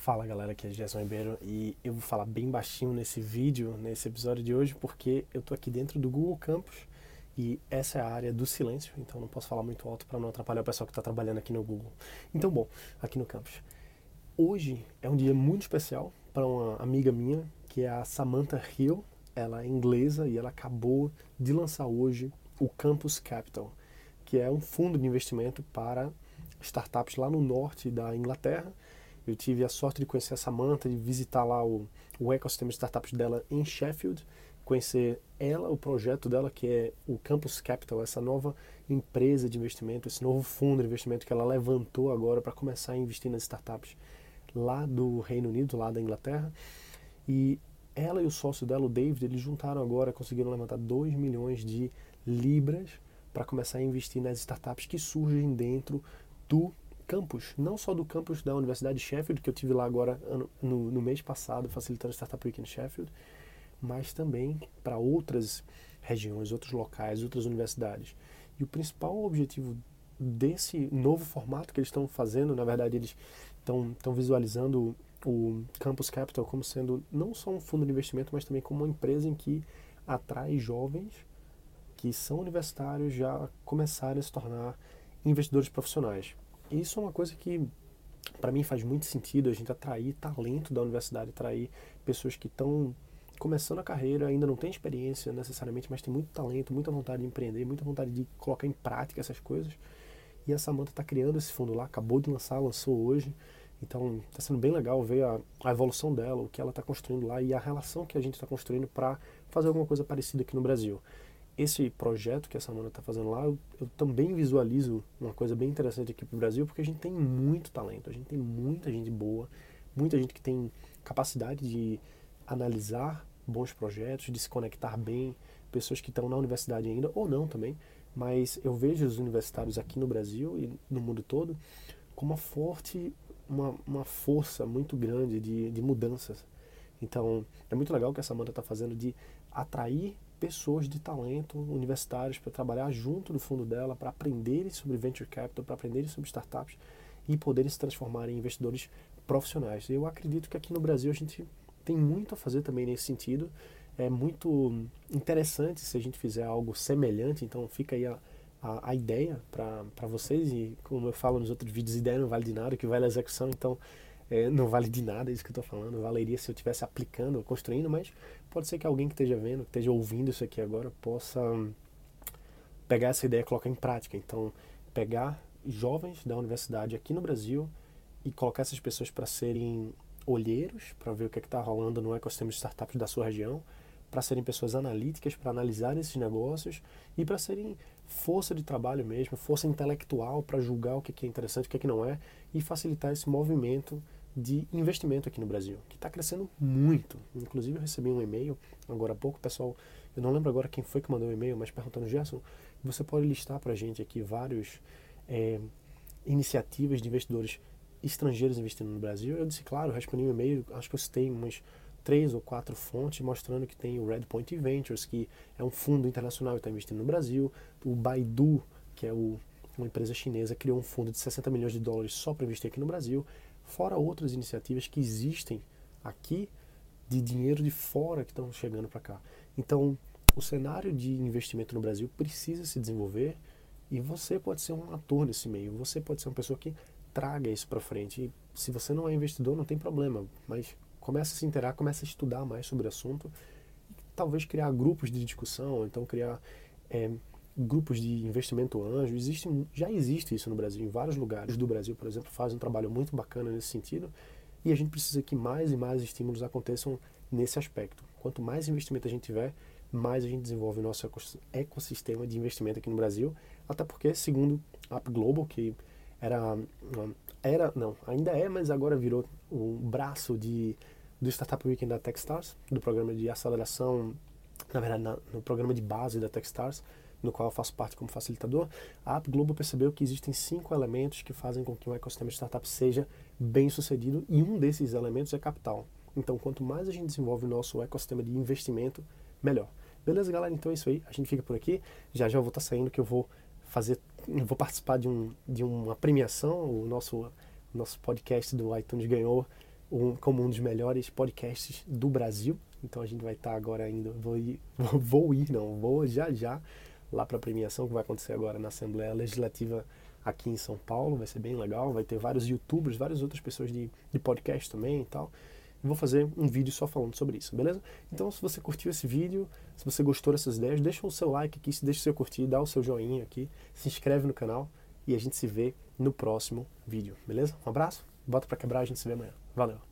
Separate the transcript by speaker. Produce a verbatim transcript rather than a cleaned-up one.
Speaker 1: Fala galera, aqui é Gerson Ribeiro e eu vou falar bem baixinho nesse vídeo, nesse episódio de hoje, porque eu tô aqui dentro do Google Campus e essa é a área do silêncio, então não posso falar muito alto para não atrapalhar o pessoal que está trabalhando aqui no Google. Então, bom, aqui no campus. Hoje é um dia muito especial para uma amiga minha, que é a Samantha Hill. Ela é inglesa e ela acabou de lançar hoje o Campus Capital, que é um fundo de investimento para startups lá no norte da Inglaterra. Eu tive a sorte de conhecer a Samantha, de visitar lá o, o ecossistema de startups dela em Sheffield, conhecer ela, o projeto dela, que é o Campus Capital, essa nova empresa de investimento, esse novo fundo de investimento que ela levantou agora para começar a investir nas startups lá do Reino Unido, lá da Inglaterra. E ela e o sócio dela, o David, eles juntaram agora, conseguiram levantar dois milhões de libras para começar a investir nas startups que surgem dentro do campus, não só do campus da Universidade de Sheffield, que eu tive lá agora no, no mês passado, facilitando o Startup Week em Sheffield, mas também para outras regiões, outros locais, outras universidades. E o principal objetivo desse novo formato que eles estão fazendo, na verdade eles estão, estão visualizando o Campus Capital como sendo não só um fundo de investimento, mas também como uma empresa em que atrai jovens que são universitários já começarem a se tornar investidores profissionais. E isso é uma coisa que, para mim, faz muito sentido, a gente atrair talento da universidade, atrair pessoas que estão começando a carreira, ainda não têm experiência necessariamente, mas tem muito talento, muita vontade de empreender, muita vontade de colocar em prática essas coisas. E a Samantha está criando esse fundo lá, acabou de lançar, lançou hoje. Então, está sendo bem legal ver a, a evolução dela, o que ela está construindo lá e a relação que a gente está construindo para fazer alguma coisa parecida aqui no Brasil. Esse projeto que a Samantha está fazendo lá, eu, eu também visualizo uma coisa bem interessante aqui para o Brasil, porque a gente tem muito talento, a gente tem muita gente boa, muita gente que tem capacidade de analisar bons projetos, de se conectar bem, pessoas que estão na universidade ainda, ou não também, mas eu vejo os universitários aqui no Brasil e no mundo todo com uma forte, uma, uma força muito grande de, de mudanças. Então, é muito legal o que a Samantha está fazendo de atrair pessoas de talento universitários para trabalhar junto do fundo dela, para aprenderem sobre venture capital, para aprenderem sobre startups e poderem se transformar em investidores profissionais. Eu acredito que aqui no Brasil a gente tem muito a fazer também nesse sentido. É muito interessante se a gente fizer algo semelhante, então fica aí a, a, a ideia para vocês, e como eu falo nos outros vídeos, ideia não vale de nada, o que vale a execução, então É, não vale de nada isso que eu estou falando, valeria se eu estivesse aplicando, construindo, mas pode ser que alguém que esteja vendo, que esteja ouvindo isso aqui agora, possa pegar essa ideia e colocar em prática. Então, pegar jovens da universidade aqui no Brasil e colocar essas pessoas para serem olheiros, para ver o que é está rolando no ecossistema de startups da sua região, para serem pessoas analíticas, para analisar esses negócios e para serem força de trabalho mesmo, força intelectual para julgar o que é interessante, o que é que não é, e facilitar esse movimento de investimento aqui no Brasil, que está crescendo muito. Inclusive eu recebi um e-mail agora há pouco, pessoal, eu não lembro agora quem foi que mandou o e-mail, mas perguntando, Gerson, você pode listar para a gente aqui vários é, iniciativas de investidores estrangeiros investindo no Brasil? Eu disse, claro, eu respondi um e-mail, acho que eu citei umas três ou quatro fontes mostrando que tem o Redpoint Ventures, que é um fundo internacional que está investindo no Brasil, o Baidu, que é o, uma empresa chinesa, criou um fundo de sessenta milhões de dólares só para investir aqui no Brasil, fora outras iniciativas que existem aqui de dinheiro de fora que estão chegando para cá. Então, o cenário de investimento no Brasil precisa se desenvolver e você pode ser um ator nesse meio, você pode ser uma pessoa que traga isso para frente. E se você não é investidor, não tem problema, mas comece a se interar, comece a estudar mais sobre o assunto e talvez criar grupos de discussão, então criar é, grupos de investimento anjo. Existe, já existe isso no Brasil, em vários lugares do Brasil, por exemplo, fazem um trabalho muito bacana nesse sentido, e a gente precisa que mais e mais estímulos aconteçam nesse aspecto. Quanto mais investimento a gente tiver, mais a gente desenvolve o nosso ecossistema de investimento aqui no Brasil, até porque, segundo a Up Global, que era, era, não, ainda é, mas agora virou o braço de, do Startup Weekend da Techstars, do programa de aceleração, na verdade, na, no programa de base da Techstars, no qual eu faço parte como facilitador. A Up Global percebeu que existem cinco elementos que fazem com que um ecossistema de startup seja bem sucedido, e um desses elementos é capital. Então, quanto mais a gente desenvolve o nosso ecossistema de investimento, melhor. Beleza, galera? Então é isso aí. A gente fica por aqui. Já já eu vou estar saindo, que eu vou fazer, eu vou participar de, um, de uma premiação. O nosso, nosso podcast do iTunes ganhou um, como um dos melhores podcasts do Brasil. Então a gente vai estar agora indo, vou ir, vou ir, não, vou já já lá para a premiação que vai acontecer agora na Assembleia Legislativa aqui em São Paulo, vai ser bem legal, vai ter vários youtubers, várias outras pessoas de, de podcast também e tal. E vou fazer um vídeo só falando sobre isso, beleza? Então se você curtiu esse vídeo, se você gostou dessas ideias, deixa o seu like aqui, deixa o seu curtir, dá o seu joinha aqui, se inscreve no canal e a gente se vê no próximo vídeo, beleza? Um abraço, bota pra quebrar, a gente se vê amanhã. Valeu!